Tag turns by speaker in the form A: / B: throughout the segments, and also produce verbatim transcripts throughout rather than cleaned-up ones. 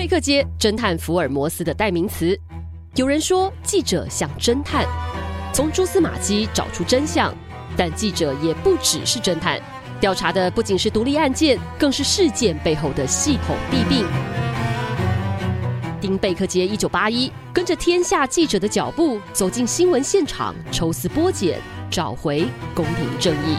A: 克街，侦探福尔摩斯的代名词。有人说，记者像侦探，从蛛丝马迹找出真相，但记者也不只是侦探，调查的不仅是独立案件，更是事件背后的系统弊病。听贝克街一九八一，跟着天下记者的脚步，走进新闻现场，抽丝剥茧，找回公平正义。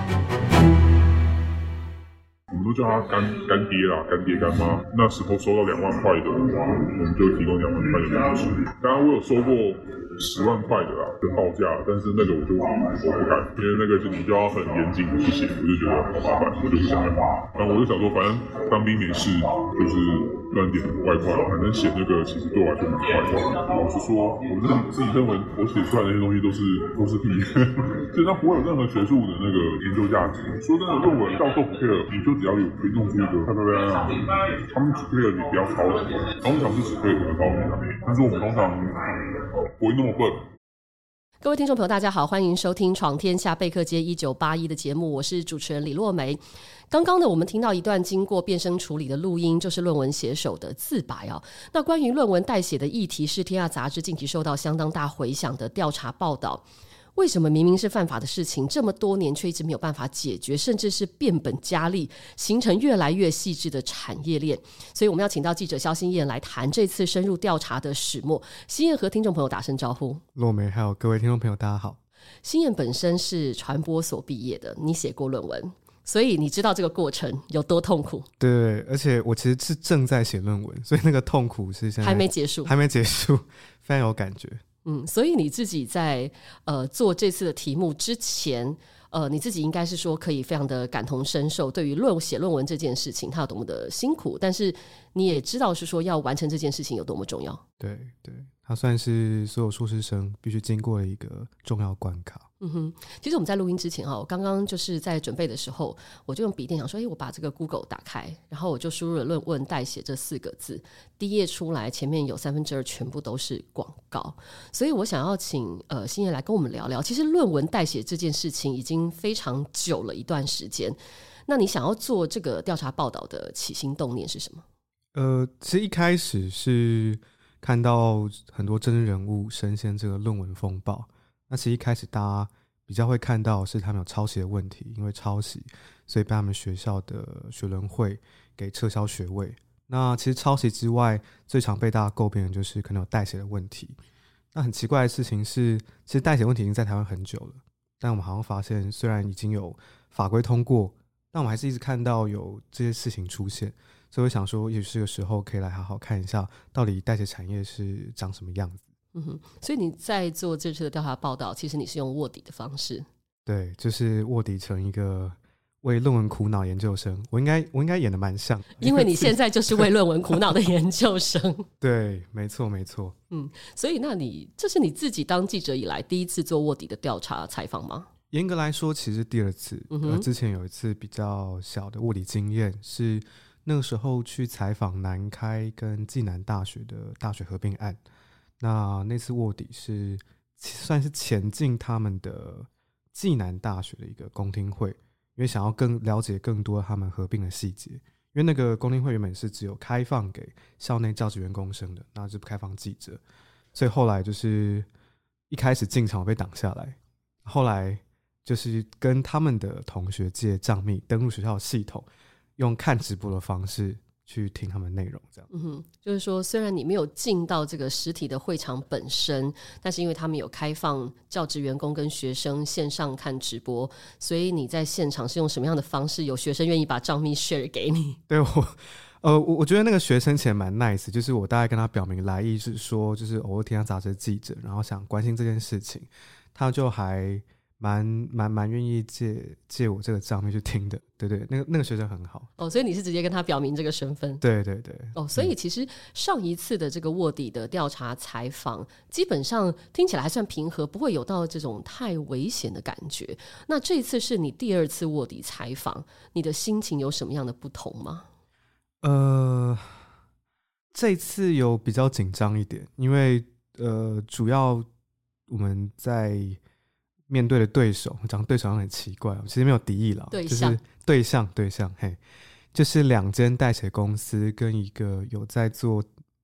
B: 我们都叫他干干爹啦，干爹干妈。那时候收到两万块的，我们就提供两万块的粮食。当然，我有收过十万块的啦的报价，但是那个我就我不敢，因为那个就你就要很严谨的去写，我就觉得好麻烦，我就不想干。然后我就想说，反正当兵没事，就是乱点外快，反正写那个其实对我来说蛮快的。老实说，我自己自己认为我写出来的那些东西都是都是屁，所以它不会有任何学术的那个研究价值。说真的，论文教授不 care， 你就只要有可以弄出一个漂漂亮亮，他们只 care 你不要抄袭，通常是只 care 不要抄袭的，但是我们通常不会那么笨。
A: 各位听众朋友大家好，欢迎收听闯天下贝克街一九八一的节目，我是主持人李洛梅。刚刚呢，我们听到一段经过变声处理的录音，就是论文写手的自白哦。那关于论文代写的议题，是天下杂志近期受到相当大回响的调查报道。为什么明明是犯法的事情，这么多年却一直没有办法解决，甚至是变本加厉，形成越来越细致的产业链？所以我们要请到记者萧欣燕来谈这次深入调查的始末。欣燕和听众朋友打声招呼。
C: 洛梅还有各位听众朋友大家好。
A: 欣燕本身是传播所毕业的，你写过论文，所以你知道这个过程有多痛苦。
C: 对，而且我其实是正在写论文，所以那个痛苦是现在
A: 还没结束，
C: 还没结束，非常有感觉。
A: 嗯，所以你自己在呃做这次的题目之前，呃，你自己应该是说可以非常的感同身受，对于论写论文这件事情，它有多么的辛苦，但是你也知道是说要完成这件事情有多么重要。
C: 对对，它算是所有硕士生必须经过的一个重要关卡。
A: 嗯哼，其实我们在录音之前哈，我刚刚就是在准备的时候，我就用笔电想说，哎，我把这个 Google 打开，然后我就输入了论文代写这四个字，第一页出来，前面有三分之二全部都是广告，所以我想要请呃欣燕来跟我们聊聊，其实论文代写这件事情已经非常久了一段时间，那你想要做这个调查报道的起心动念是什么？
C: 呃，其实一开始是看到很多真人物深陷这个论文风暴。那其实一开始大家比较会看到是他们有抄袭的问题，因为抄袭所以被他们学校的学伦会给撤销学位。那其实抄袭之外，最常被大家诟病的就是可能有代写的问题。那很奇怪的事情是，其实代写问题已经在台湾很久了，但我们好像发现虽然已经有法规通过，但我们还是一直看到有这些事情出现。所以我想说也许是个时候可以来好好看一下到底代写产业是长什么样子。
A: 嗯哼，所以你在做这次的调查报道，其实你是用卧底的方式。
C: 对，就是卧底成一个为论文苦恼研究生。我应该我应该演得蛮像，
A: 因为你现在就是为论文苦恼的研究生。
C: 对，没错没错。
A: 嗯，所以那你这是你自己当记者以来第一次做卧底的调查采访吗？
C: 严格来说其实第二次、
A: 嗯哼
C: 呃、之前有一次比较小的卧底经验，是那个时候去采访南开跟暨南大学的大学合并案。那那次卧底是算是前进他们的暨南大学的一个公听会，因为想要更了解更多他们合并的细节。因为那个公听会原本是只有开放给校内教职员工生的，那就不开放记者，所以后来就是一开始进场被挡下来，后来就是跟他们的同学借账密登入学校的系统，用看直播的方式去听他们内容，这样。
A: 嗯哼，就是说虽然你没有进到这个实体的会场本身，但是因为他们有开放教职员工跟学生线上看直播，所以你在现场是用什么样的方式，有学生愿意把账密 share 给你？
C: 对，我呃，我我觉得那个学生其实蛮 nice， 就是我大概跟他表明来意是说，就是偶尔天下杂志的记者，然后想关心这件事情，他就还蛮蛮蛮愿意借借我这个账面去听的。对对，那个那个学生很好。
A: 哦，所以你是直接跟他表明这个身份？
C: 对对对。
A: 哦，所以其实上一次的这个卧底的调查采访，基本上听起来还算平和，不会有到这种太危险的感觉。那这一次是你第二次卧底采访，你的心情有什么样的不同吗？
C: 呃，这次有比较紧张一点，因为呃，主要我们在面对的对手，讲对手好像很奇怪，其实没有敌意啦，
A: 对象
C: 就是对象对象，嘿，就是两间代写公司跟一个有在做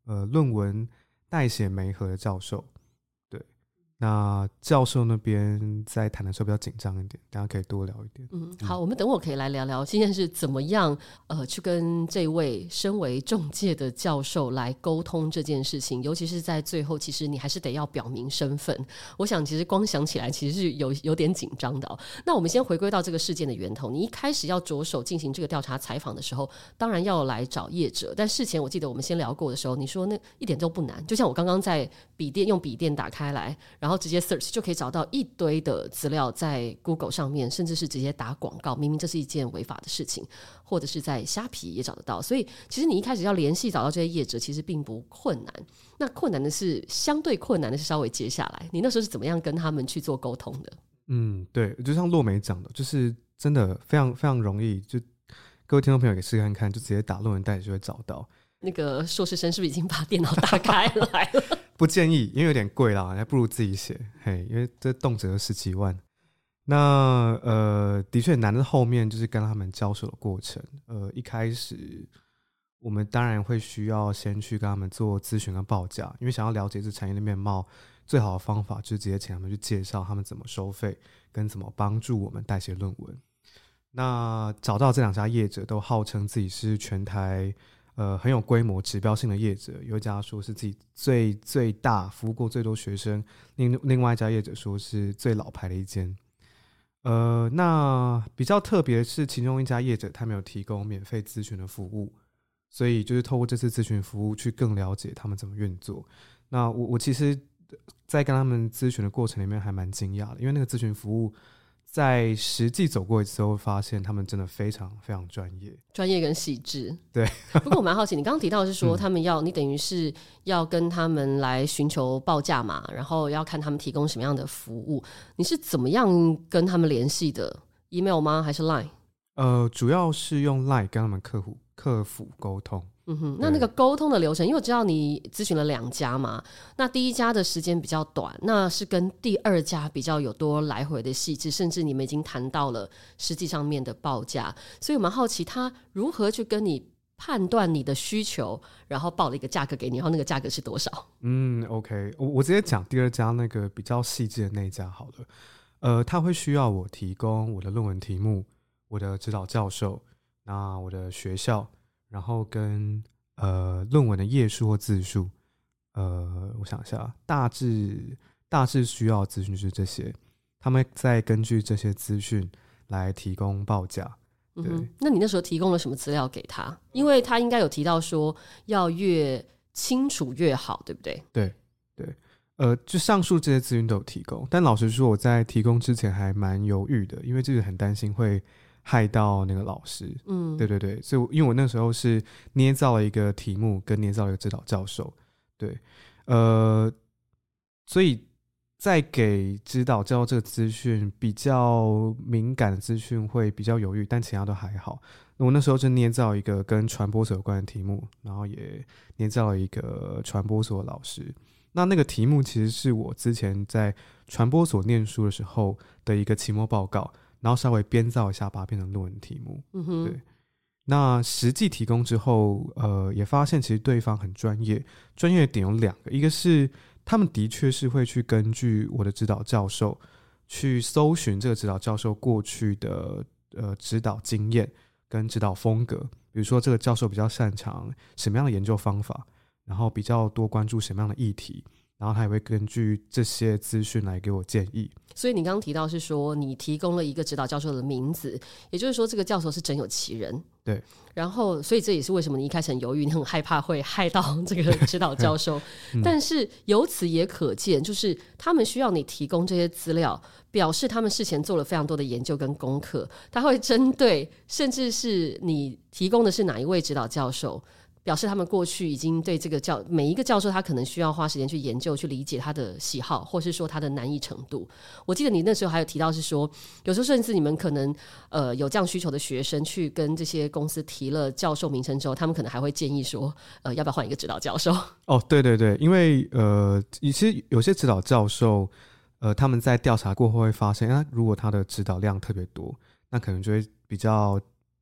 C: 呃论文代写媒合的教授。对，那教授那边在谈的时候比较紧张一点，大家可以多聊一点。
A: 嗯，好，我们等会可以来聊聊今天是怎么样呃去跟这位身为仲介的教授来沟通这件事情，尤其是在最后其实你还是得要表明身份，我想其实光想起来其实是有有点紧张的、哦、那我们先回归到这个事件的源头，你一开始要着手进行这个调查采访的时候，当然要来找业者，但事前我记得我们先聊过的时候，你说那一点都不难，就像我刚刚在笔电用笔电打开来，然后直接 search 就可以找到一堆的资料在 Google 上面，甚至是直接打广告，明明这是一件违法的事情，或者是在虾皮也找得到，所以其实你一开始要联系找到这些业者其实并不困难，那困难的是相对困难的是稍微接下来你那时候是怎么样跟他们去做沟通的？
C: 嗯，对，就像洛梅讲的，就是真的非常非常容易，就各位听众朋友也试看看，就直接打论文代写就会找到。
A: 那个硕士生是不是已经把电脑打开来了？
C: 不建议，因为有点贵啦，还不如自己写。嘿，因为这动辄十几万。那呃，的确难的后面就是跟他们交手的过程。呃，一开始我们当然会需要先去跟他们做咨询跟报价，因为想要了解这产业的面貌，最好的方法就是直接请他们去介绍他们怎么收费，跟怎么帮助我们代写论文。那找到这两家业者都号称自己是全台呃，很有规模指标性的业者，有一家说是自己最最大服务过最多学生，另另外一家业者说是最老牌的一间。呃，那比较特别的是其中一家业者他们有提供免费咨询的服务，所以就是透过这次咨询服务去更了解他们怎么运作。那我我其实在跟他们咨询的过程里面还蛮惊讶的，因为那个咨询服务在实际走过一次后发现他们真的非常非常专业
A: 专业跟细致。
C: 对
A: 不过我蛮好奇你刚刚提到的是说、嗯、他们要你等于是要跟他们来寻求报价嘛，然后要看他们提供什么样的服务，你是怎么样跟他们联系的？ email 吗还是 line？
C: 呃，主要是用 line 跟他们客服客服沟通。
A: 嗯哼，那那个沟通的流程，因为我知道你咨询了两家嘛，那第一家的时间比较短，那是跟第二家比较有多来回的细致，甚至你们已经谈到了实际上面的报价，所以我蛮好奇他如何去跟你判断你的需求，然后报了一个价格给你，然后那个价格是多少？嗯
C: OK， 我, 我直接讲第二家那个比较细致的那一家好了。呃，他会需要我提供我的论文题目，我的指导教授，那我的学校，然后跟呃论文的页数或字数，呃，我想一下，大致大致需要的资讯是这些，他们再根据这些资讯来提供报价。对、嗯，
A: 那你那时候提供了什么资料给他？因为他应该有提到说要越清楚越好，对不对？
C: 对对，呃，就上述这些资讯都有提供，但老实说，我在提供之前还蛮犹豫的，因为就是很担心会害到那个老师。嗯，对对对，所以因为我那时候是捏造了一个题目，跟捏造了一个指导教授。对，呃，所以在给指导教授这个资讯比较敏感的资讯会比较犹豫，但其他都还好。我那时候就捏造一个跟传播所有关的题目，然后也捏造了一个传播所的老师。那那个题目其实是我之前在传播所念书的时候的一个期末报告，然后稍微编造一下把它变成论文题目。嗯哼，对。那实际提供之后，呃，也发现其实对方很专业，专业的点有两个，一个是他们的确是会去根据我的指导教授去搜寻这个指导教授过去的呃指导经验跟指导风格，比如说这个教授比较擅长什么样的研究方法，然后比较多关注什么样的议题，然后他也会根据这些资讯来给我建议。
A: 所以你刚刚提到是说你提供了一个指导教授的名字，也就是说这个教授是真有其人。
C: 对，
A: 然后所以这也是为什么你一开始很犹豫，你很害怕会害到这个指导教授、嗯、但是由此也可见，就是他们需要你提供这些资料，表示他们事前做了非常多的研究跟功课，他会针对甚至是你提供的是哪一位指导教授，表示他们过去已经对这个教每一个教授他可能需要花时间去研究去理解他的喜好，或是说他的难易程度。我记得你那时候还有提到是说有时候甚至你们可能呃有这样需求的学生去跟这些公司提了教授名称之后，他们可能还会建议说呃要不要换一个指导教授。
C: 哦，对对对，因为呃其实有些指导教授呃他们在调查过后会发现、啊、如果他的指导量特别多，那可能就会比较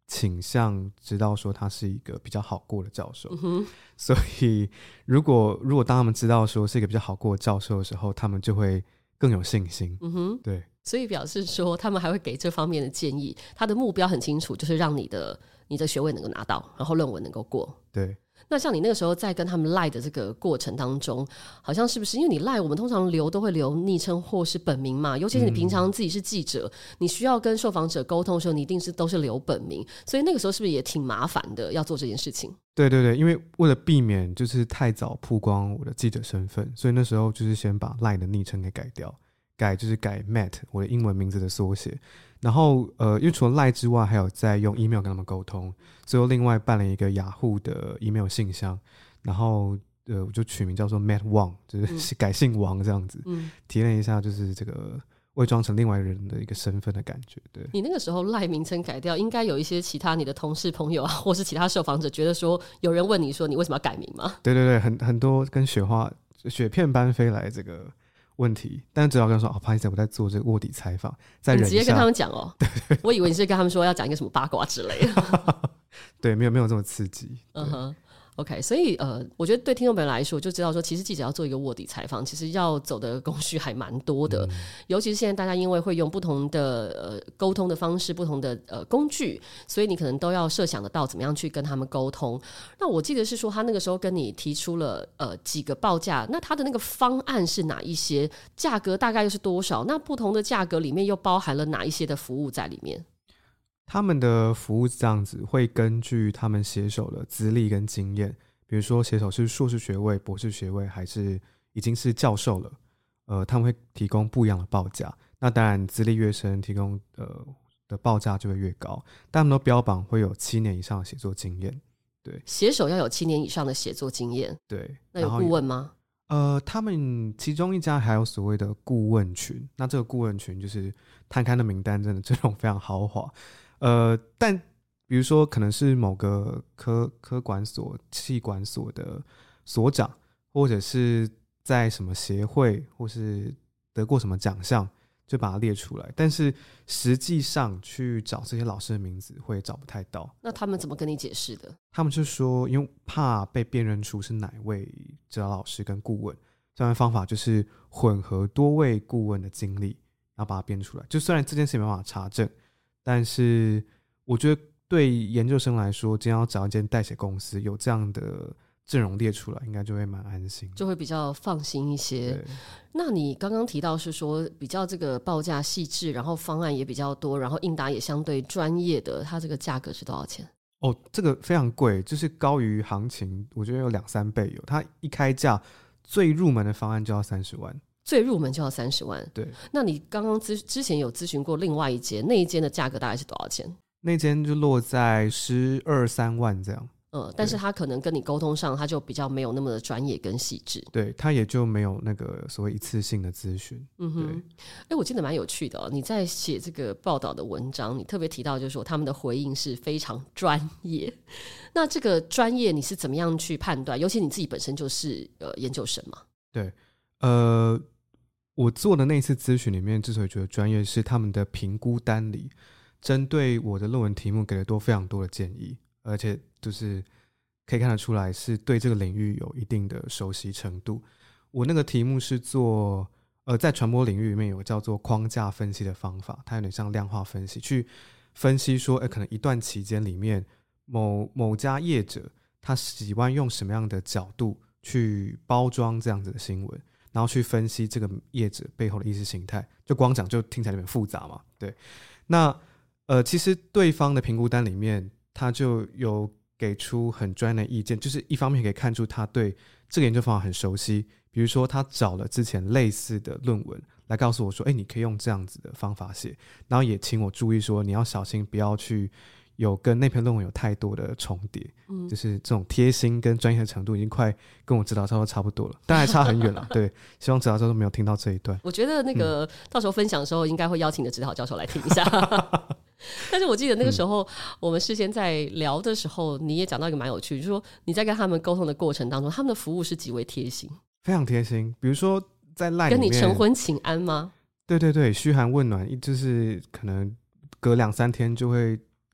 C: 倾向知道说他是一个比较好过的教授、
A: 嗯、
C: 所以如果如果当他们知道说是一个比较好过的教授的时候，他们就会更有信心。
A: 嗯哼，
C: 对，
A: 所以表示说他们还会给这方面的建议，他的目标很清楚，就是让你的你的学位能够拿到，然后论文能够过。
C: 对，
A: 那像你那个时候在跟他们赖的这个过程当中，好像是不是因为你赖我们通常留都会留昵称或是本名嘛，尤其是你平常自己是记者、嗯、你需要跟受访者沟通的时候，你一定是都是留本名，所以那个时候是不是也挺麻烦的要做这件事情？
C: 对对对，因为为了避免就是太早曝光我的记者身份，所以那时候就是先把 LINE 的昵称给改掉，改就是改 Matt 我的英文名字的缩写，然后呃，因为除了 LINE 之外还有在用 email 跟他们沟通，所以我另外办了一个雅虎的 email 信箱，然后呃，我就取名叫做 Matt Wang， 就是改姓王这样子、嗯、体验一下就是这个伪装成另外一个人的一个身份的感觉。对，
A: 你那个时候赖名称改掉，应该有一些其他你的同事朋友啊，或是其他受访者觉得说，有人问你说你为什么要改名吗？
C: 对对对，很很多跟雪花雪片般飞来这个问题，但是指导跟说哦，不好意思，我在做这个卧底采访，再忍一下。你直接跟他们讲哦。对对对，我以为你是跟他们说要讲一个什么八卦之类的。 对，没有没有这么刺激。
A: 嗯哼。OK， 所以呃，我觉得对听众朋友来说就知道说，其实记者要做一个卧底采访，其实要走的工序还蛮多的、嗯、尤其是现在大家因为会用不同的呃沟通的方式，不同的呃工具，所以你可能都要设想得到怎么样去跟他们沟通。那我记得是说他那个时候跟你提出了呃几个报价，那他的那个方案是哪一些，价格大概又是多少，那不同的价格里面又包含了哪一些的服务在里面？
C: 他们的服务是这样子，会根据他们写手的资历跟经验，比如说写手是硕士学位、博士学位还是已经是教授了，呃，他们会提供不一样的报价。那当然资历越深，提供呃的报价就会越高，但他们都标榜会有七年以上的写作经验。对，
A: 写手要有七年以上的写作经验。
C: 对，
A: 那有顾问吗？
C: 呃，他们其中一家还有所谓的顾问群，那这个顾问群就是摊开的名单真的阵容非常豪华。呃，但比如说可能是某个科科管所、企管所的所长，或者是在什么协会，或是得过什么奖项，就把它列出来。但是实际上去找这些老师的名字会找不太到。
A: 那他们怎么跟你解释的？
C: 他们就说，因为怕被辨认出是哪位指导老师跟顾问，这样的方法就是混合多位顾问的经历，然后把它编出来。就虽然这件事情没办法查证，但是我觉得对研究生来说，今天要找一间代写公司有这样的阵容列出来，应该就会蛮安心，
A: 就会比较放心一些。那你刚刚提到是说比较这个报价细致，然后方案也比较多，然后应答也相对专业的，它这个价格是多少钱？
C: 哦，这个非常贵，就是高于行情，我觉得有两三倍有。它一开价最入门的方案就要三十万。
A: 最入门就要三十万。
C: 对，
A: 那你刚刚之前有咨询过另外一间，那一间的价格大概是多少钱？
C: 那间就落在十二三万这样。
A: 嗯，但是他可能跟你沟通上，他就比较没有那么的专业跟细致。
C: 对，他也就没有那个所谓一次性的咨询。
A: 嗯哼，哎，我记得蛮有趣的哦。你在写这个报道的文章，你特别提到就是说他们的回应是非常专业。那这个专业你是怎么样去判断？尤其你自己本身就是呃研究生嘛。
C: 对，呃。我做的那次咨询里面之所以觉得专业，是他们的评估单里针对我的论文题目给了多非常多的建议，而且就是可以看得出来是对这个领域有一定的熟悉程度。我那个题目是做呃，在传播领域里面有叫做框架分析的方法，它有点像量化分析，去分析说、欸、可能一段期间里面某某家业者他喜欢用什么样的角度去包装这样子的新闻，然后去分析这个业者背后的意识形态，就光讲就听起来有点复杂嘛。对，那呃，其实对方的评估单里面，他就有给出很专业的意见，就是一方面可以看出他对这个研究方法很熟悉，比如说他找了之前类似的论文来告诉我说，哎，你可以用这样子的方法写，然后也请我注意说，你要小心不要去有跟那篇论文有太多的重叠、嗯、就是这种贴心跟专业的程度已经快跟我指导教授差不多了，但还差很远了。对，希望指导教授没有听到这一段。
A: 我觉得那个、嗯、到时候分享的时候应该会邀请你的指导教授来听一下但是我记得那个时候、嗯、我们事先在聊的时候你也讲到一个蛮有趣，就是说你在跟他们沟通的过程当中，他们的服务是极为贴心，
C: 非常贴心。比如说在 LINE 里面跟
A: 你晨昏请安吗？
C: 对对对，嘘寒问暖，就是可能隔两三天就会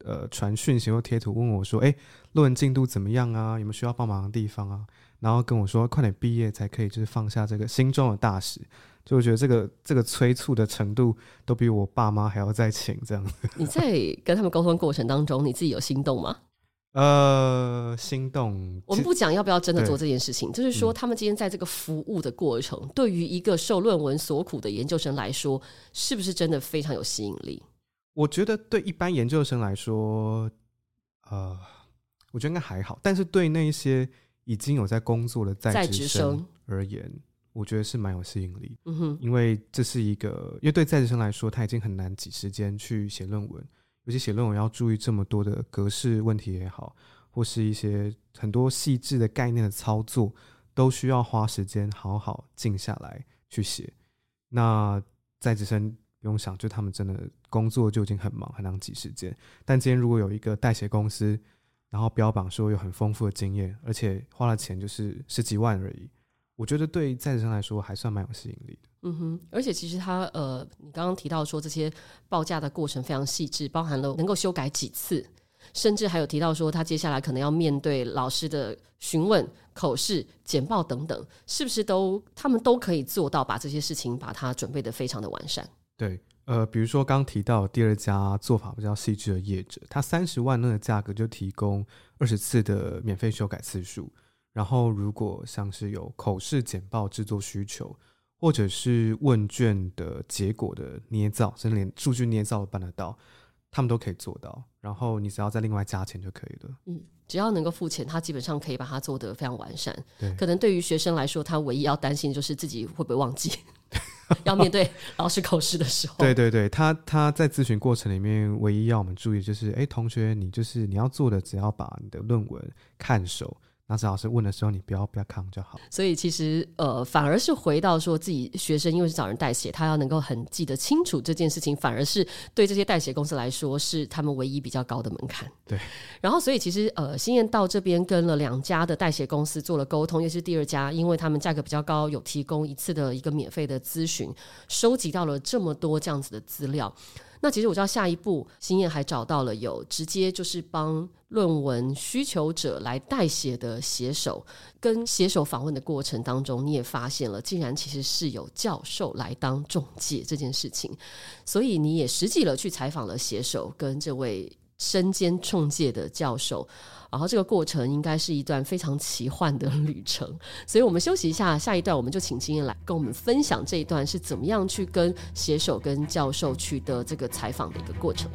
C: 呃传讯息或贴图问我说，哎，论文进度怎么样啊？有没有需要帮忙的地方啊？然后跟我说快点毕业才可以，就是放下这个心中的大石。就我觉得这个这个催促的程度都比我爸妈还要再勤这样子。
A: 你在跟他们沟通过程当中，你自己有心动吗？
C: 呃，心动。
A: 我们不讲要不要真的做这件事情，就是说他们今天在这个服务的过程，嗯、对于一个受论文所苦的研究生来说，是不是真的非常有吸引力？
C: 我觉得对一般研究生来说，呃，我觉得应该还好，但是对那一些已经有在工作的在职生而言，我觉得是蛮有吸引力。嗯哼，因为这是一个，因为对在职生来说，他已经很难挤时间去写论文。尤其写论文要注意这么多的格式问题也好，或是一些很多细致的概念的操作，都需要花时间好好静下来去写。那在职生不用想，就他们真的工作就已经很忙，很难挤时间。但今天如果有一个代写公司，然后标榜说有很丰富的经验，而且花了钱就是十几万而已，我觉得对在职生来说还算蛮有吸引力的。
A: 嗯哼，而且其实他呃，你刚刚提到说这些报价的过程非常细致，包含了能够修改几次，甚至还有提到说他接下来可能要面对老师的询问、口试、简报等等，是不是都他们都可以做到把这些事情把它准备得非常的完善？
C: 对，呃，比如说刚提到第二家做法比较细致的业者，他三十万那个价格就提供二十次的免费修改次数，然后如果像是有口试、简报制作需求，或者是问卷的结果的捏造，甚至连数据捏造都办得到，他们都可以做到。然后你只要再另外加钱就可以了。
A: 嗯，只要能够付钱，他基本上可以把它做得非常完善。
C: 对，
A: 可能对于学生来说，他唯一要担心就是自己会不会忘记，要面对老师口试的时候。
C: 对对对，他他在咨询过程里面，唯一要我们注意就是，哎，同学，你就是你要做的，只要把你的论文看熟。那老师问的时候，你不要不要扛就好。
A: 所以其实呃，反而是回到说自己学生因为是找人代写，他要能够很记得清楚这件事情，反而是对这些代写公司来说是他们唯一比较高的门槛。
C: 对。
A: 然后所以其实呃，新燕到这边跟了两家的代写公司做了沟通，也是第二家，因为他们价格比较高，有提供一次的一个免费的咨询，收集到了这么多这样子的资料。那其实我知道下一步新燕还找到了有直接就是帮论文需求者来代写的写手，跟写手访问的过程当中，你也发现了竟然其实是有教授来当中介这件事情，所以你也实际了去采访了写手跟这位身兼中介的教授，然后这个过程应该是一段非常奇幻的旅程。所以我们休息一下，下一段我们就请经验来跟我们分享这一段是怎么样去跟写手跟教授取得这个采访的一个过程。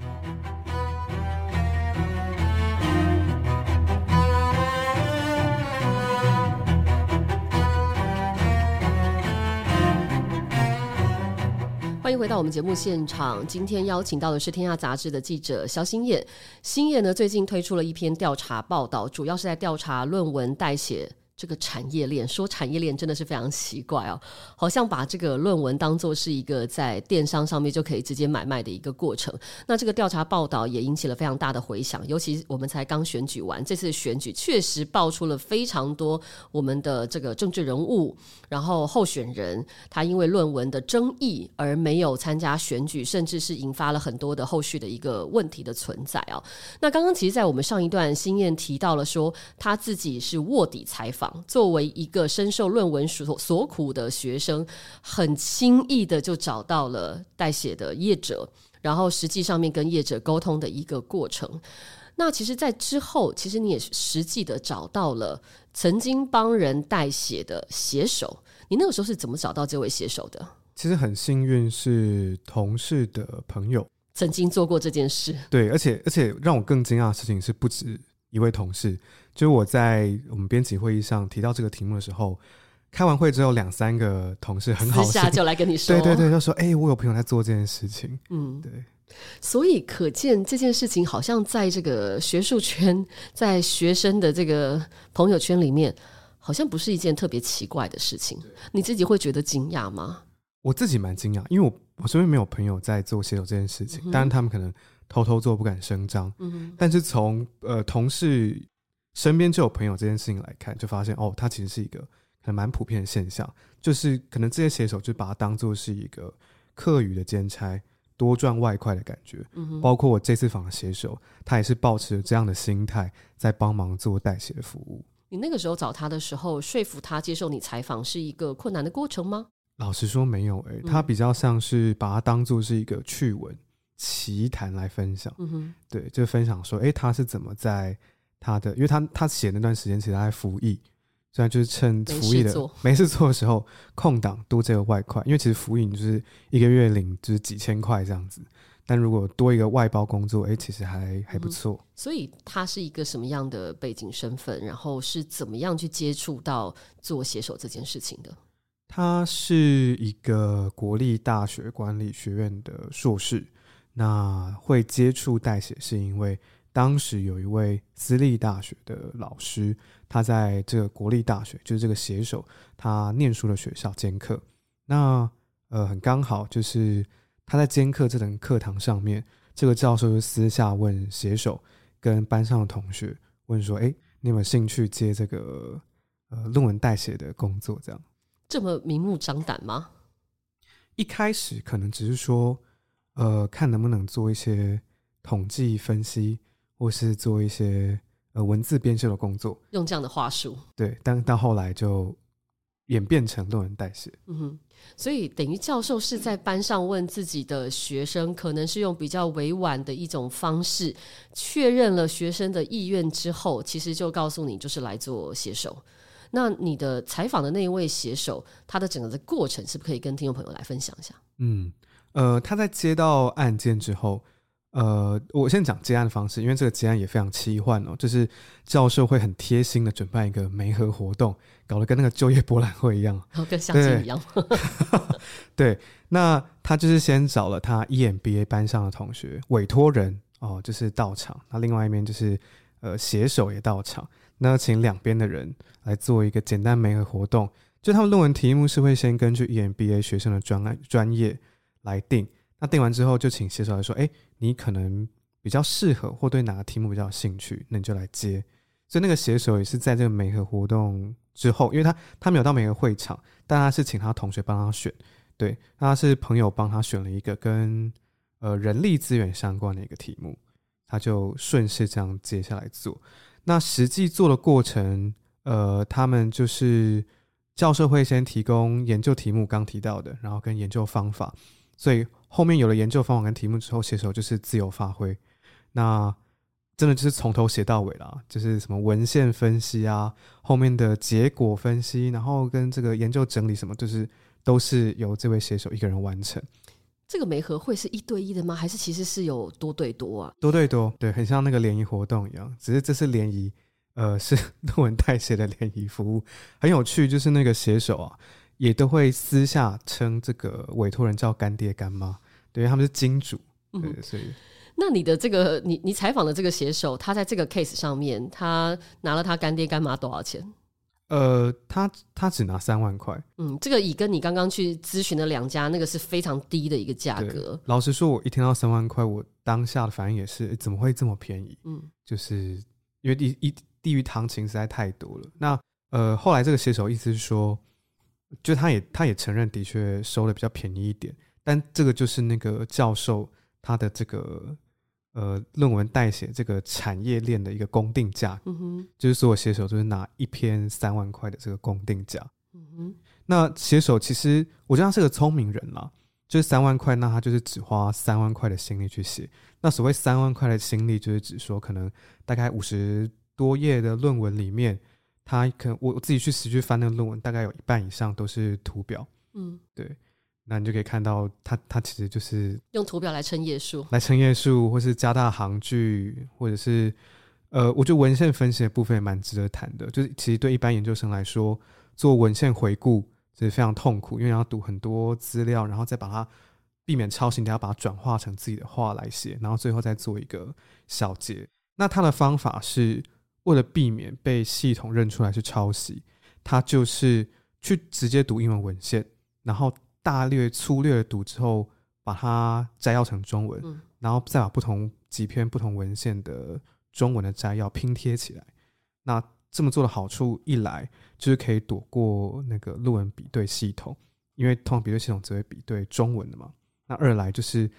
A: 欢迎回到我们节目现场，今天邀请到的是天下杂志的记者萧欣燕。欣燕呢最近推出了一篇调查报道，主要是在调查论文代写这个产业链。说产业链真的是非常奇怪哦，好像把这个论文当作是一个在电商上面就可以直接买卖的一个过程。那这个调查报道也引起了非常大的回响，尤其我们才刚选举完，这次选举确实爆出了非常多我们的这个政治人物，然后候选人他因为论文的争议而没有参加选举，甚至是引发了很多的后续的一个问题的存在哦。那刚刚其实在我们上一段欣燕提到了说他自己是卧底采访，作为一个深受论文所所苦的学生，很轻易的就找到了代写的业者，然后实际上面跟业者沟通的一个过程。那其实在之后，其实你也实际的找到了曾经帮人代写的写手，你那个时候是怎么找到这位写手的？
C: 其实很幸运是同事的朋友
A: 曾经做过这件事。
C: 对，而且而且让我更惊讶的事情是不止一位同事，就是我在我们编辑会议上提到这个题目的时候，开完会之后两三个同事很好心，
A: 私下就来跟你说，
C: 对对对，就说哎、欸，我有朋友在做这件事情。嗯，对。
A: 所以可见这件事情好像在这个学术圈，在学生的这个朋友圈里面，好像不是一件特别奇怪的事情。你自己会觉得惊讶吗？
C: 我自己蛮惊讶，因为我我身边没有朋友在做写手这件事情，嗯、当然他们可能偷偷做不敢声张、嗯、但是从呃同事身边就有朋友这件事情来看，就发现哦，它其实是一个可能蛮普遍的现象，就是可能这些写手就把它当作是一个课余的兼差， 多赚外快的感觉、嗯、包括我这次访的写手，他也是抱持这样的心态在帮忙做代写的服务。
A: 你那个时候找他的时候，说服他接受你采访是一个困难的过程吗？
C: 老实说没有、欸、他比较像是把它当作是一个趣闻奇谈来分享、嗯、哼对，就分享说、欸、他是怎么在他的，因为他他写那段时间其实他在服役，虽然就是趁服役的没事做的时候空档多这个外快，因为其实服役你就是一个月领就是几千块这样子，但如果多一个外包工作、欸、其实还还不错、嗯、
A: 所以他是一个什么样的背景身份，然后是怎么样去接触到做写手这件事情的？
C: 他是一个国立大学管理学院的硕士，那会接触代写是因为当时有一位私立大学的老师，他在这个国立大学，就是这个写手他念书的学校兼课，那呃很刚好就是他在兼课这门课堂上面，这个教授就私下问写手跟班上的同学问说，哎，你有没有兴趣接这个呃论文代写的工作？这样
A: 这么明目张胆吗？
C: 一开始可能只是说呃看能不能做一些统计分析，或是做一些呃文字编修的工作，
A: 用这样的话术。
C: 对，但到后来就演变成论文代写。
A: 嗯哼，所以等于教授是在班上问自己的学生，可能是用比较委婉的一种方式确认了学生的意愿之后，其实就告诉你就是来做写手。那你的采访的那一位写手，他的整个的过程是不是可以跟听众朋友来分享一下？
C: 嗯，呃，他在接到案件之后，呃，我先讲接案的方式，因为这个接案也非常奇幻哦，就是教授会很贴心的准备一个媒合活动，搞得跟那个就业博览会一样，
A: 然后跟相亲一样。
C: 对，那他就是先找了他 E M B A 班上的同学委托人哦，就是到场，那另外一边就是呃写手也到场，那请两边的人来做一个简单媒合活动，就他们论文题目是会先根据 E M B A 学生的专专业来定，那定完之后就请写手来说，哎，你可能比较适合或对哪个题目比较有兴趣，那你就来接。所以那个写手也是在这个媒合活动之后，因为他他没有到媒合会场，但他是请他同学帮他选，对，他是朋友帮他选了一个跟呃人力资源相关的一个题目，他就顺势这样接下来做。那实际做的过程，呃，他们就是教授会先提供研究题目，刚提到的，然后跟研究方法，所以后面有了研究方法跟题目之后，写手就是自由发挥。那真的就是从头写到尾啦，就是什么文献分析啊，后面的结果分析，然后跟这个研究整理什么，就是都是由这位写手一个人完成。
A: 这个媒合会是一对一的吗？还是其实是有多对多啊？
C: 多对多，对，很像那个联谊活动一样，只是这是联谊，呃，是论文代写的联谊服务，很有趣。就是那个写手啊，也都会私下称这个委托人叫干爹干妈，对，因为他们是金主，对，嗯、所以。
A: 那你的这个，你你采访的这个写手，他在这个 case 上面，他拿了他干爹干妈多少钱？
C: 呃，他他只拿三万块。
A: 嗯，这个以跟你刚刚去咨询的两家那个是非常低的一个价格。
C: 老实说，我一听到三万块，我当下的反应也是，怎么会这么便宜？嗯，就是因为低一低于行情实在太多了。那呃，后来这个写手意思是说，就他也他也承认，的确收的比较便宜一点，但这个就是那个教授他的这个。呃，论文代写这个产业链的一个公定价、嗯哼，就是所有写手就是拿一篇三万块的这个公定价。嗯哼，那写手其实我觉得他是个聪明人啦，就是三万块，那他就是只花三万块的心力去写。那所谓三万块的心力，就是指说可能大概五十多页的论文里面，他可能我我自己去实际翻那个论文，大概有一半以上都是图表。嗯，对。那你就可以看到它，它其实就是
A: 用图表来称页数，
C: 来称页数，或是加大行距，或者是呃，我觉得文献分析的部分也蛮值得谈的。就是其实对一般研究生来说，做文献回顾是非常痛苦，因为要读很多资料，然后再把它避免抄袭，你要把它转化成自己的话来写，然后最后再做一个小结。那他的方法是为了避免被系统认出来是抄袭，他就是去直接读英文文献，然后大略粗略的读之后，把它摘要成中文、嗯，然后再把不同几篇不同文献的中文的摘要拼贴起来。那这么做的好处，一来就是可以躲过那个论文比对系统，因为通常比对系统只会比对中文的嘛。那二来就是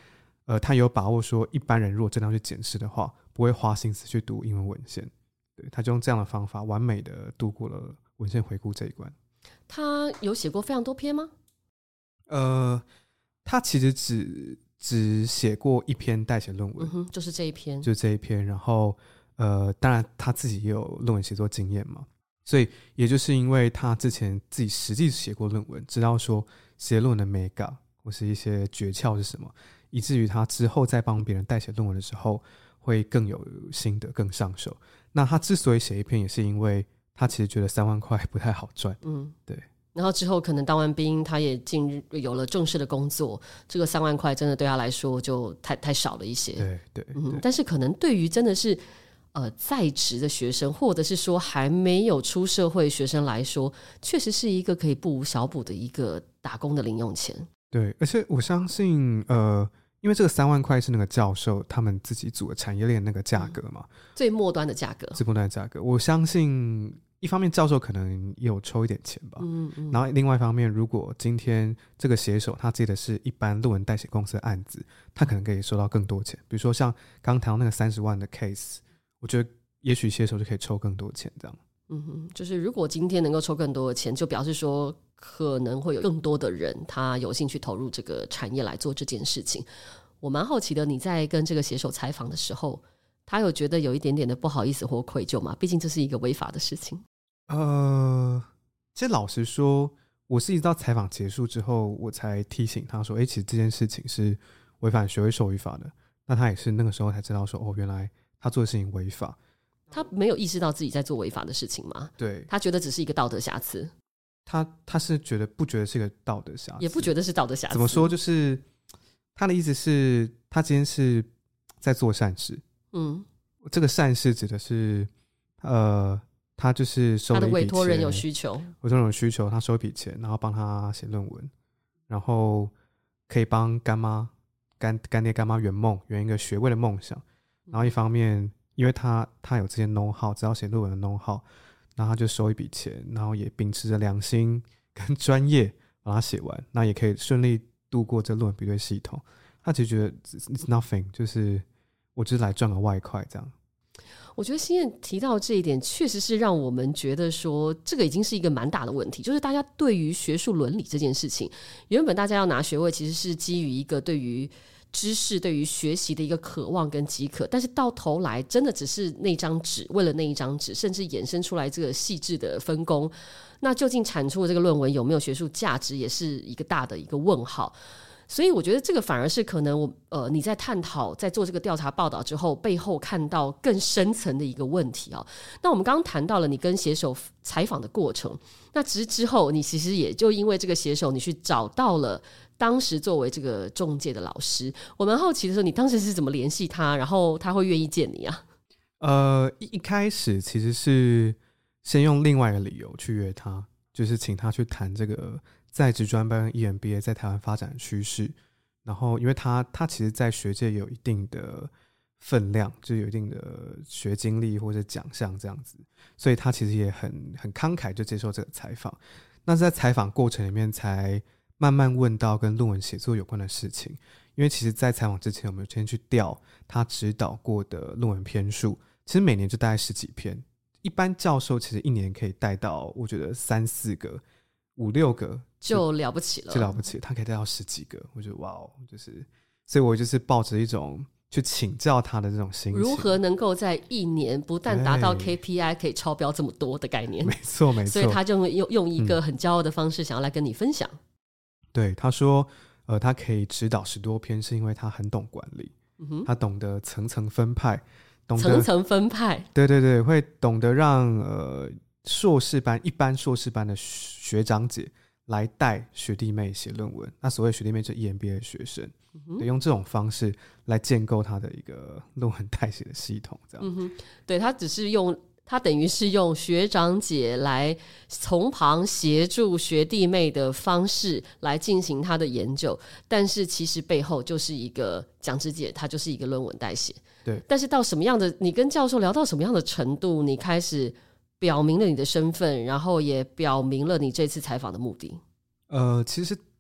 C: 呃，他有把握说一般人如果真的要去检视的话，不会花心思去读英文文献。对，他就用这样的方法完美的度过了文献回顾这一关。
A: 他有写过非常多篇吗？
C: 呃，他其实只只写过一篇代写论文、
A: 嗯哼，就是这一篇，
C: 就是这一篇。然后呃，当然他自己也有论文写作经验嘛，所以也就是因为他之前自己实际写过论文，知道说写论文的美感或是一些诀窍是什么，以至于他之后在帮别人代写论文的时候会更有心得，更上手。那他之所以写一篇，也是因为他其实觉得三万块不太好赚。嗯，对。
A: 然后之后可能当完兵，他也进入有了正式的工作，这个三万块真的对他来说就太太少了一些。
C: 对 对, 对、
A: 嗯，但是可能对于真的是呃在职的学生，或者是说还没有出社会学生来说，确实是一个可以不无小补的一个打工的零用钱。
C: 对，而且我相信呃。因为这个三万块是那个教授他们自己组的产业链那个价格嘛、嗯，
A: 最末端的价格，
C: 最末端的价格。我相信一方面教授可能也有抽一点钱吧，嗯嗯，然后另外一方面，如果今天这个写手他接的是一般论文代写公司的案子，他可能可以收到更多钱。比如说像刚刚谈到那个三十万的 case， 我觉得也许写手就可以抽更多钱这样。
A: 嗯哼，就是如果今天能够抽更多的钱，就表示说可能会有更多的人他有兴趣投入这个产业来做这件事情。我蛮好奇的，你在跟这个写手采访的时候，他有觉得有一点点的不好意思或愧疚吗？毕竟这是一个违法的事情。
C: 呃，其实老实说，我是一直到采访结束之后，我才提醒他说，哎、欸，其实这件事情是违反学位授予法的。那他也是那个时候才知道说，哦，原来他做的事情违法。
A: 他没有意识到自己在做违法的事情吗？
C: 对，
A: 他觉得只是一个道德瑕疵。
C: 他他是觉得不觉得是一个道德瑕疵，
A: 也不觉得是道德瑕疵。
C: 怎么说？就是他的意思是，他今天是在做善事。嗯，这个善事指的是，呃，他就是收了一笔钱，他的委托人
A: 有需求，
C: 委托人有需求，他收一笔钱，然后帮他写论文，然后可以帮干妈、干干爹、干妈圆梦，圆一个学位的梦想。然后一方面，因为他他有这些 know how， 知道写论文的 know how， 然后他就收一笔钱，然后也秉持着良心跟专业把它写完，那也可以顺利度过这论文比对系统。他其实觉得 it's nothing， 就是我就是来赚个外快这样。
A: 我觉得欣燕提到这一点，确实是让我们觉得说，这个已经是一个蛮大的问题，就是大家对于学术伦理这件事情，原本大家要拿学位，其实是基于一个对于知识、对于学习的一个渴望跟饥渴，但是到头来真的只是那张纸，为了那一张纸，甚至衍生出来这个细致的分工，那究竟产出的这个论文有没有学术价值，也是一个大的一个问号。所以我觉得这个反而是可能我呃你在探讨在做这个调查报道之后背后看到更深层的一个问题啊。那我们刚刚谈到了你跟写手采访的过程，那之之后你其实也就因为这个写手你去找到了当时作为这个中介的老师。我蛮好奇的时候，你当时是怎么联系他，然后他会愿意见你啊？
C: 呃，一开始其实是先用另外一个理由去约他，就是请他去谈这个在职专班 E M B A 在台湾发展的趋势。然后因为他他其实在学界有一定的分量，就是有一定的学经历或者奖项这样子，所以他其实也很很慷慨就接受这个采访。那在采访过程里面才慢慢问到跟论文写作有关的事情，因为其实在采访之前我们先去调他指导过的论文篇数，其实每年就大概十几篇，一般教授其实一年可以带到我觉得三四个五六个
A: 就了不起了，
C: 就了不起，他可以带到十几个，我觉得哇哦，就是所以我就是抱着一种去请教他的这种心情，
A: 如何能够在一年不但达到 K P I 可以超标这么多的概念，
C: 没错没错，
A: 所以他就用用一个很骄傲的方式想要来跟你分享。嗯、
C: 对，他说呃，他可以指导十多篇是因为他很懂管理，嗯、他懂得层层分派，懂得
A: 层层分派，
C: 对对对，会懂得让呃硕士班一般硕士班的学长姐来带学弟妹写论文，那所谓学弟妹就是 E M B A 的学生、嗯、用这种方式来建构他的一个论文代写的系统这样、嗯、哼
A: 对，他只是用他等于是用学长姐来从旁协助学弟妹的方式来进行他的研究，但是其实背后就是一个讲直接，他就是一个论文代写。
C: 对，
A: 但是到什么样的，你跟教授聊到什么样的程度，你开始表明了你的身份，然后也表明了你这次采访的目的。
C: 呃，其实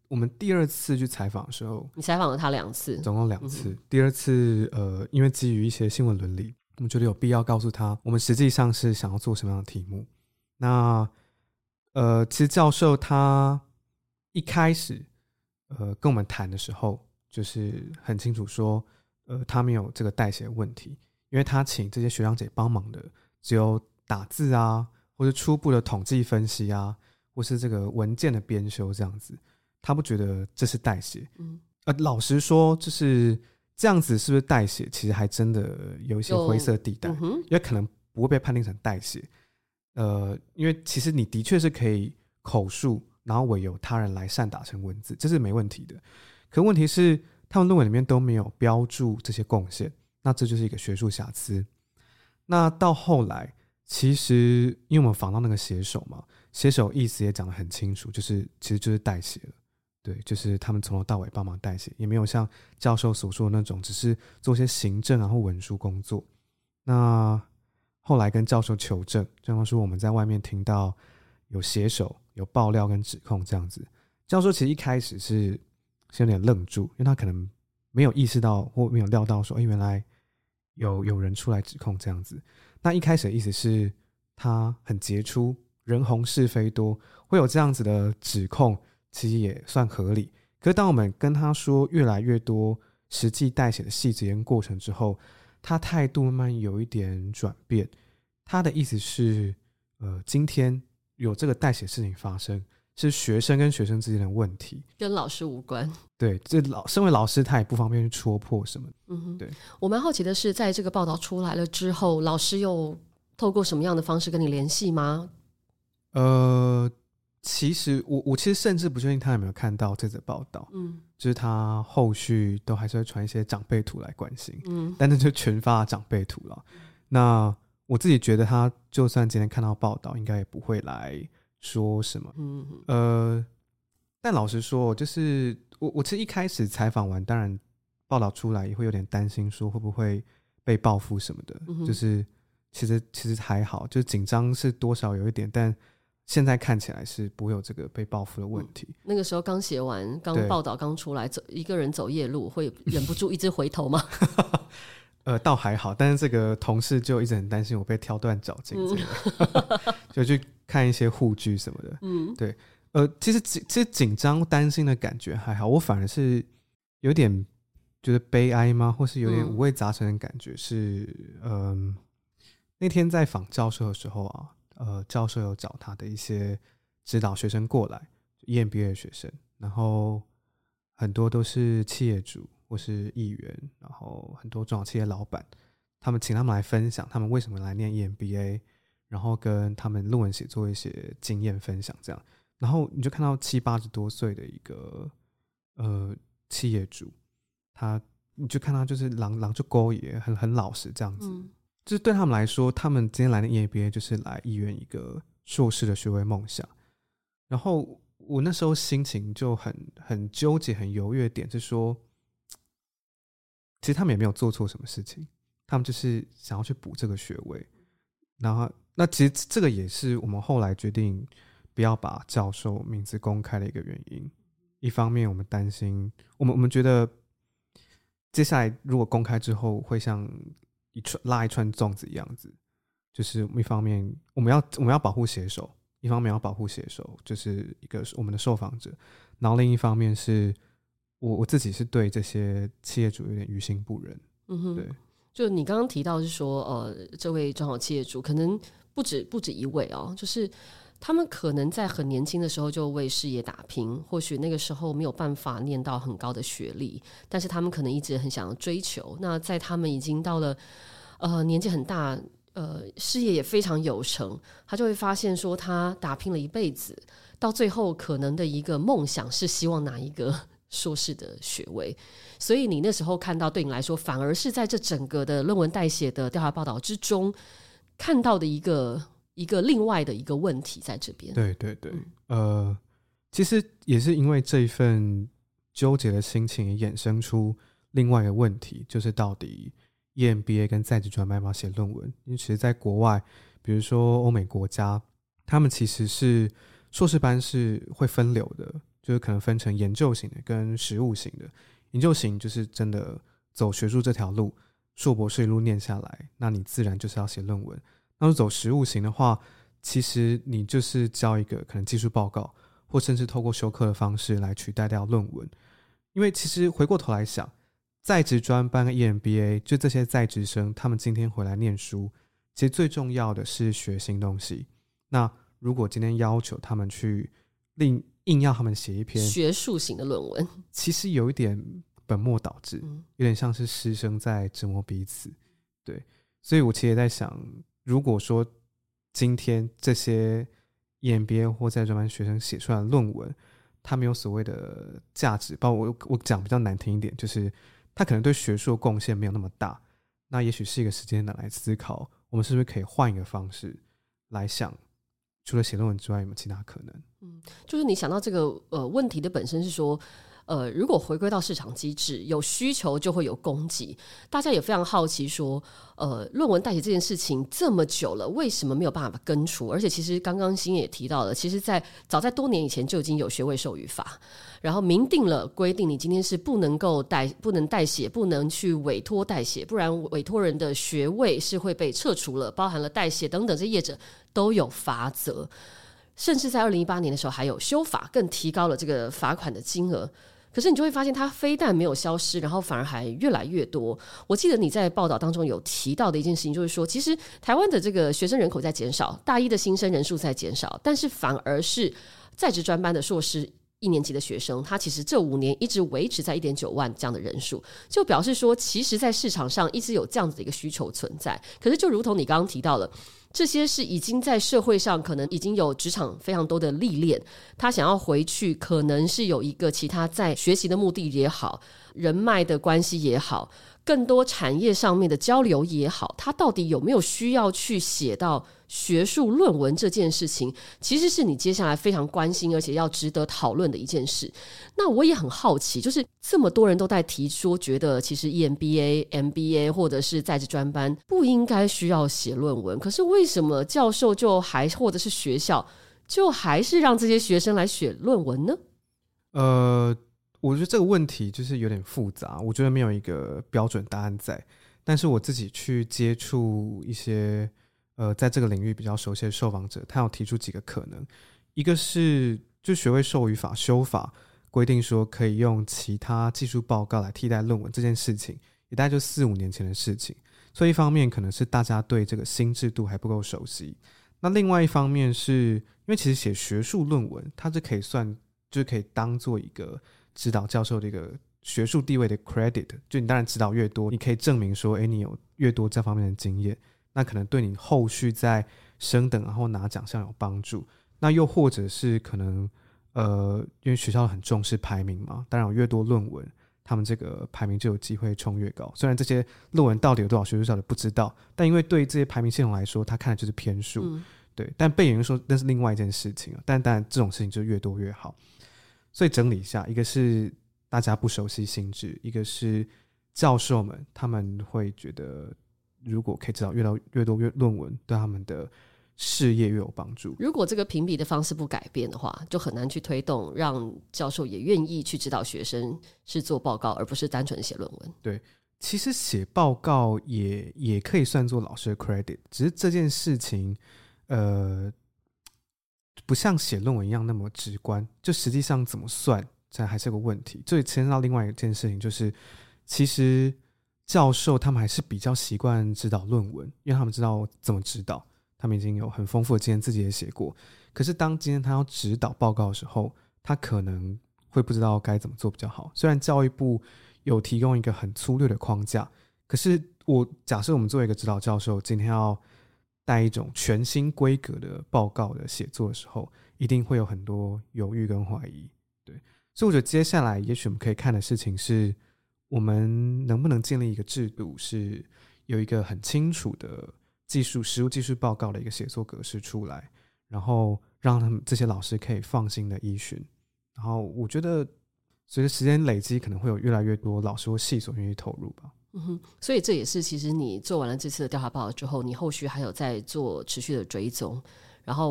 C: 我们第二次去采访的时候，
A: 你采访了他两次，
C: 总共两次。
A: 嗯、
C: 第二次，呃，因为基于一些新闻伦理，我们觉得有必要告诉他，我们实际上是想要做什么样的题目。那，呃，其实教授他一开始，呃，跟我们谈的时候，就是很清楚说，呃，他没有这个代写的问题，因为他请这些学长姐帮忙的，只有打字啊，或是初步的统计分析啊，或是这个文件的编修这样子。他不觉得这是代写，嗯，呃，老实说，就是这样子是不是代写，其实还真的有一些灰色地带，嗯、因为可能不会被判定成代写，呃，因为其实你的确是可以口述，然后委由他人来善打成文字，这是没问题的。可问题是，他们论文里面都没有标注这些贡献，那这就是一个学术瑕疵。那到后来，其实因为我们访到那个写手嘛，写手意思也讲得很清楚，就是其实就是代写了。对，就是他们从头到尾帮忙代写，也没有像教授所说的那种只是做一些行政然后文书工作。那后来跟教授求证，教授说我们在外面听到有写手有爆料跟指控这样子。教授其实一开始是是有点愣住，因为他可能没有意识到或没有料到说，哎，原来有有人出来指控这样子。那一开始的意思是他很杰出，人红是非多，会有这样子的指控。其实也算合理，可是当我们跟他说越来越多实际代写的细节跟过程之后，他态度慢慢有一点转变。他的意思是，呃，今天有这个代写事情发生，是学生跟学生之间的问题，
A: 跟老师无关。
C: 对，这老身为老师，他也不方便去戳破什么。
A: 嗯哼，
C: 对。
A: 我蛮好奇的是，在这个报道出来了之后，老师又透过什么样的方式跟你联系吗？
C: 呃。其实我我其实甚至不确定他有没有看到这则报道，
A: 嗯，
C: 就是他后续都还是会传一些长辈图来关心，
A: 嗯，
C: 但那就全发长辈图了。嗯、那我自己觉得他就算今天看到报道，应该也不会来说什么，嗯，呃，但老实说，就是我我其实一开始采访完，当然报道出来也会有点担心，说会不会被报复什么的，嗯、就是其实其实还好，就是紧张是多少有一点，但。现在看起来是不会有这个被报复的问题。
A: 嗯、那个时候刚写完，刚报道刚出来，走一个人走夜路，会忍不住一直回头吗？
C: 呃，倒还好，但是这个同事就一直很担心我被挑断脚筋，这个、嗯、就去看一些护具什么的。嗯，对，呃，其实其实紧张担心的感觉还好，我反而是有点觉得悲哀吗？或是有点五味杂陈的感觉是，嗯、呃，那天在访教授的时候啊。呃，教授有找他的一些指导学生过来 ，E M B A 的学生，然后很多都是企业主或是议员，然后很多中小企业老板，他们请他们来分享他们为什么来念 E M B A， 然后跟他们论文写作一些经验分享这样，然后你就看到七八十多岁的一个呃企业主，他你就看他就是狼狼就勾也很很老实这样子。嗯，就是对他们来说，他们今天来的 E M B A 就是来医院一个硕士的学位梦想。然后我那时候心情就很很纠结、很犹豫的点是说，其实他们也没有做错什么事情，他们就是想要去补这个学位。然后，那其实这个也是我们后来决定不要把教授名字公开的一个原因。一方面，我们担心，我们我们觉得接下来如果公开之后，会像一串拉一串粽子一样子，就是一方面我们要我们要保护写手，一方面要保护写手，就是一个我们的受访者，然后另一方面是我我自己是对这些企业主有点于心不忍。嗯哼，对，
A: 就你刚刚提到是说，呃，这位中小企业主可能不止不止一位哦，就是他们可能在很年轻的时候就为事业打拼，或许那个时候没有办法念到很高的学历，但是他们可能一直很想要追求。那在他们已经到了呃年纪很大，呃事业也非常有成，他就会发现说，他打拼了一辈子，到最后可能的一个梦想是希望拿一个硕士的学位。所以你那时候看到，对你来说反而是在这整个的论文代写的调查报道之中看到的一个一个另外的一个问题在这边。
C: 对对对、嗯、呃，其实也是因为这一份纠结的心情也衍生出另外一个问题，就是到底 E M B A 跟在职专班要不要写论文。因为其实在国外，比如说欧美国家，他们其实是硕士班是会分流的， 就是可能分成研究型的跟实务型的。研究型就是真的走学术这条路，硕博士一路念下来，那你自然就是要写论文。那走实务型的话，其实你就是交一个可能技术报告，或甚至透过修课的方式来取代掉论文。因为其实回过头来想，在职专班跟 E M B A 就这些在职生，他们今天回来念书，其实最重要的是学新东西。那如果今天要求他们去另硬要他们写一篇
A: 学术型的论文，
C: 其实有一点本末倒置，有点像是师生在折磨彼此。对，所以我其实也在想，如果说今天这些 E M B A 或在专班学生写出来的论文，他没有所谓的价值，包括我我讲比较难听一点，就是他可能对学术的贡献没有那么大，那也许是一个时间点来思考，我们是不是可以换一个方式来想，除了写论文之外有没有其他可能。
A: 嗯，就是你想到这个呃问题的本身是说，呃，如果回归到市场机制，有需求就会有供给，大家也非常好奇说，呃，论文代写这件事情这么久了，为什么没有办法根除？而且其实刚刚欣也提到了，其实在早在多年以前就已经有学位授予法，然后明定了规定，你今天是不能够代不能代写，不能去委托代写，不然委托人的学位是会被撤除了，包含了代写等等，这业者都有罚则。甚至在二零一八年的时候还有修法，更提高了这个罚款的金额。可是你就会发现它非但没有消失，然后反而还越来越多。我记得你在报道当中有提到的一件事情，就是说其实台湾的这个学生人口在减少，大一的新生人数在减少，但是反而是在职专班的硕士一年级的学生，他其实这五年一直维持在 一点九万这样的人数，就表示说其实在市场上一直有这样子的一个需求存在。可是就如同你刚刚提到了，这些是已经在社会上可能已经有职场非常多的历练，他想要回去可能是有一个其他在学习的目的也好，人脉的关系也好，更多产业上面的交流也好，他到底有没有需要去写到学术论文这件事情，其实是你接下来非常关心而且要值得讨论的一件事。那我也很好奇，就是这么多人都在提说觉得其实 E M B A、M B A 或者是在职专班不应该需要写论文，可是为什么教授就还或者是学校就还是让这些学生来写论文呢？
C: 呃我觉得这个问题就是有点复杂，我觉得没有一个标准答案在，但是我自己去接触一些呃在这个领域比较熟悉的受访者，他有提出几个可能。一个是就学位授予法修法规定说可以用其他技术报告来替代论文这件事情，也大概就四五年前的事情，所以一方面可能是大家对这个新制度还不够熟悉，那另外一方面是因为其实写学术论文它是可以算就是可以当做一个指导教授的一个学术地位的 credit， 就你当然指导越多，你可以证明说诶你有越多这方面的经验，那可能对你后续在升等然后拿奖项有帮助。那又或者是可能呃，因为学校很重视排名嘛，当然有越多论文他们这个排名就有机会冲越高，虽然这些论文到底有多少学术效的不知道，但因为对这些排名系统来说他看的就是篇数、嗯、对，但被研究说那是另外一件事情，但当然这种事情就越多越好。所以整理一下，一个是大家不熟悉性质，一个是教授们他们会觉得如果可以知道越到越多越论文对他们的事业越有帮助。如
A: 果这个评比的方式不改变的话，就很难去推动让教授也愿意去指导学生是做报告而不是单纯写论文。
C: 对，其实写报告也也可以算作老师的 credit， 只是这件事情呃不像写论文一样那么直观，就实际上怎么算这还是个问题。这里牵涉到另外一件事情，就是其实教授他们还是比较习惯指导论文，因为他们知道怎么指导，他们已经有很丰富的经验，自己也写过。可是当今天他要指导报告的时候，他可能会不知道该怎么做比较好。虽然教育部有提供一个很粗略的框架，可是我假设我们作为一个指导教授，今天要带一种全新规格的报告的写作的时候，一定会有很多犹豫跟怀疑。对，所以我觉得接下来也许我们可以看的事情是，我们能不能建立一个制度，是有一个很清楚的技术实务技术报告的一个写作格式出来，然后让他们这些老师可以放心的依循。然后我觉得随着时间累积，可能会有越来越多老师或系所愿意投入吧。
A: 嗯哼，所以这也是其实你做完了这次的调查报告之后，你后续还有在做持续的追踪，然后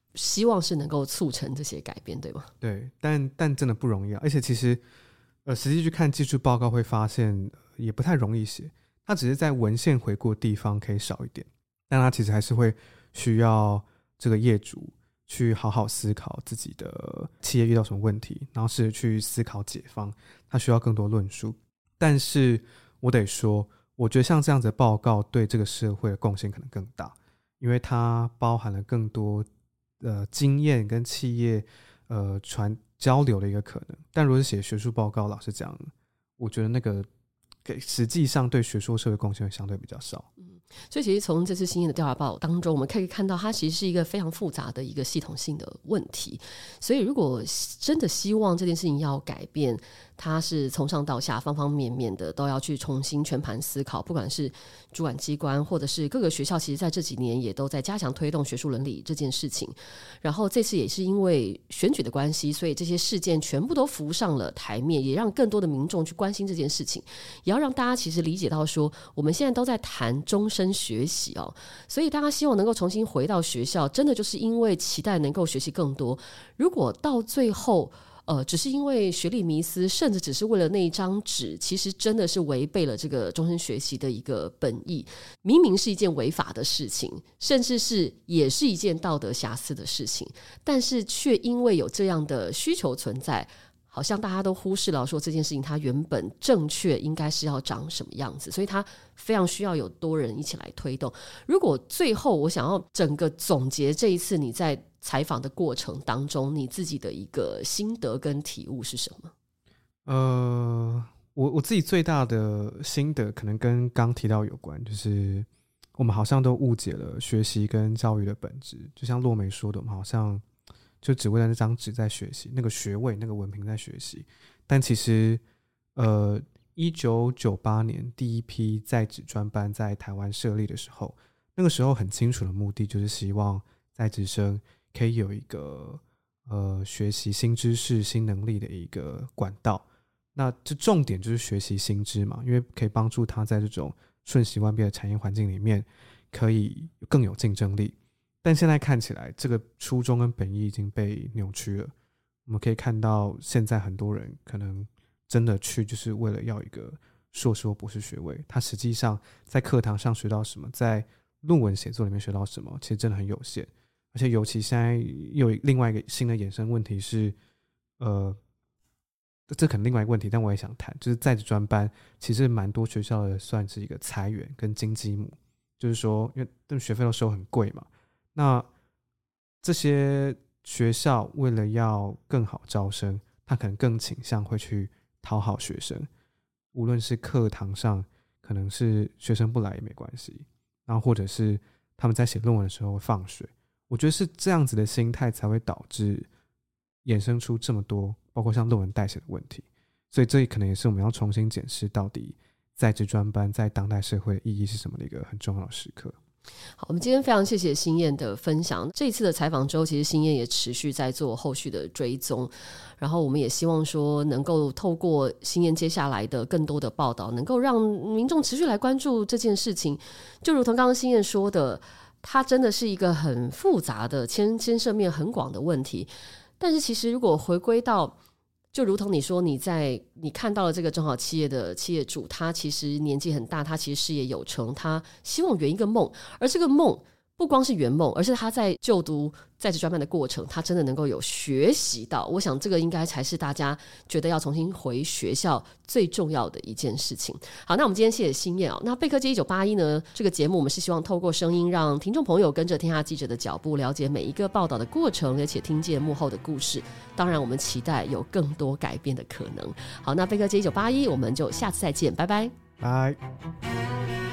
A: 希望是能够促成这些改变，对吗？
C: 对，但但真的不容易啊！而且其实，呃，实际去看技术报告会发现、呃、也不太容易写。它只是在文献回顾的地方可以少一点，但它其实还是会需要这个业主去好好思考自己的企业遇到什么问题，然后试着去思考解方。它需要更多论述。但是我得说，我觉得像这样子的报告对这个社会的贡献可能更大，因为它包含了更多呃经验跟企业呃传交流的一个可能。但如果是写学术报告，老实讲，我觉得那个实际上对学术社会贡献相对比较少。
A: 嗯，所以其实从这次新燕的调查报告当中，我们可以看到它其实是一个非常复杂的一个系统性的问题。所以如果真的希望这件事情要改变，它是从上到下方方面面的都要去重新全盘思考，不管是主管机关或者是各个学校，其实在这几年也都在加强推动学术伦理这件事情。然后这次也是因为选举的关系，所以这些事件全部都浮上了台面，也让更多的民众去关心这件事情，也要让大家其实理解到说，我们现在都在谈终身学习哦，所以大家希望能够重新回到学校，真的就是因为期待能够学习更多。如果到最后呃，只是因为学历迷思，甚至只是为了那一张纸，其实真的是违背了这个终身学习的一个本意。明明是一件违法的事情，甚至是也是一件道德瑕疵的事情，但是却因为有这样的需求存在，好像大家都忽视了说这件事情它原本正确应该是要长什么样子，所以它非常需要有多人一起来推动。如果最后我想要整个总结这一次你在采访的过程当中，你自己的一个心得跟体悟是什么？
C: 呃，我我自己最大的心得可能跟刚提到有关，就是我们好像都误解了学习跟教育的本质。就像洛梅说的，我们好像就只为了那张纸在学习，那个学位那个文凭在学习。但其实呃一九九八年第一批在职专班在台湾设立的时候，那个时候很清楚的目的就是希望在职生可以有一个呃学习新知识新能力的一个管道。那这重点就是学习新知嘛，因为可以帮助他在这种瞬息万变的产业环境里面可以更有竞争力。但现在看起来这个初衷跟本意已经被扭曲了。我们可以看到现在很多人可能真的去就是为了要一个硕士或博士学位，他实际上在课堂上学到什么，在论文写作里面学到什么，其实真的很有限。而且尤其现在又有另外一个新的衍生问题是呃，这可能另外一个问题，但我也想谈，就是在职专班其实蛮多学校的算是一个财源跟金鸡母，就是说因为学费都收很贵嘛，那这些学校为了要更好招生，他可能更倾向会去讨好学生，无论是课堂上可能是学生不来也没关系，然后或者是他们在写论文的时候会放水。我觉得是这样子的心态才会导致衍生出这么多包括像论文代写的问题。所以这可能也是我们要重新检视到底在职专班在当代社会的意义是什么的一个很重要的时刻。
A: 好，我们今天非常谢谢新燕的分享。这一次的采访之后，其实新燕也持续在做后续的追踪，然后我们也希望说能够透过新燕接下来的更多的报道，能够让民众持续来关注这件事情。就如同刚刚新燕说的，它真的是一个很复杂的牵牵涉面很广的问题。但是其实如果回归到就如同你说，你在你看到了这个中小企业的企业主，他其实年纪很大，他其实事业有成，他希望圆一个梦，而这个梦不光是圆梦，而是他在就读在职专班的过程，他真的能够有学习到。我想这个应该才是大家觉得要重新回学校最重要的一件事情。好，那我们今天谢谢新燕哦。那贝科街一九八一呢，这个节目我们是希望透过声音，让听众朋友跟着天下记者的脚步，了解每一个报道的过程，而且听见幕后的故事。当然，我们期待有更多改变的可能。好，那贝科街一九八一，我们就下次再见，拜拜，
C: 拜。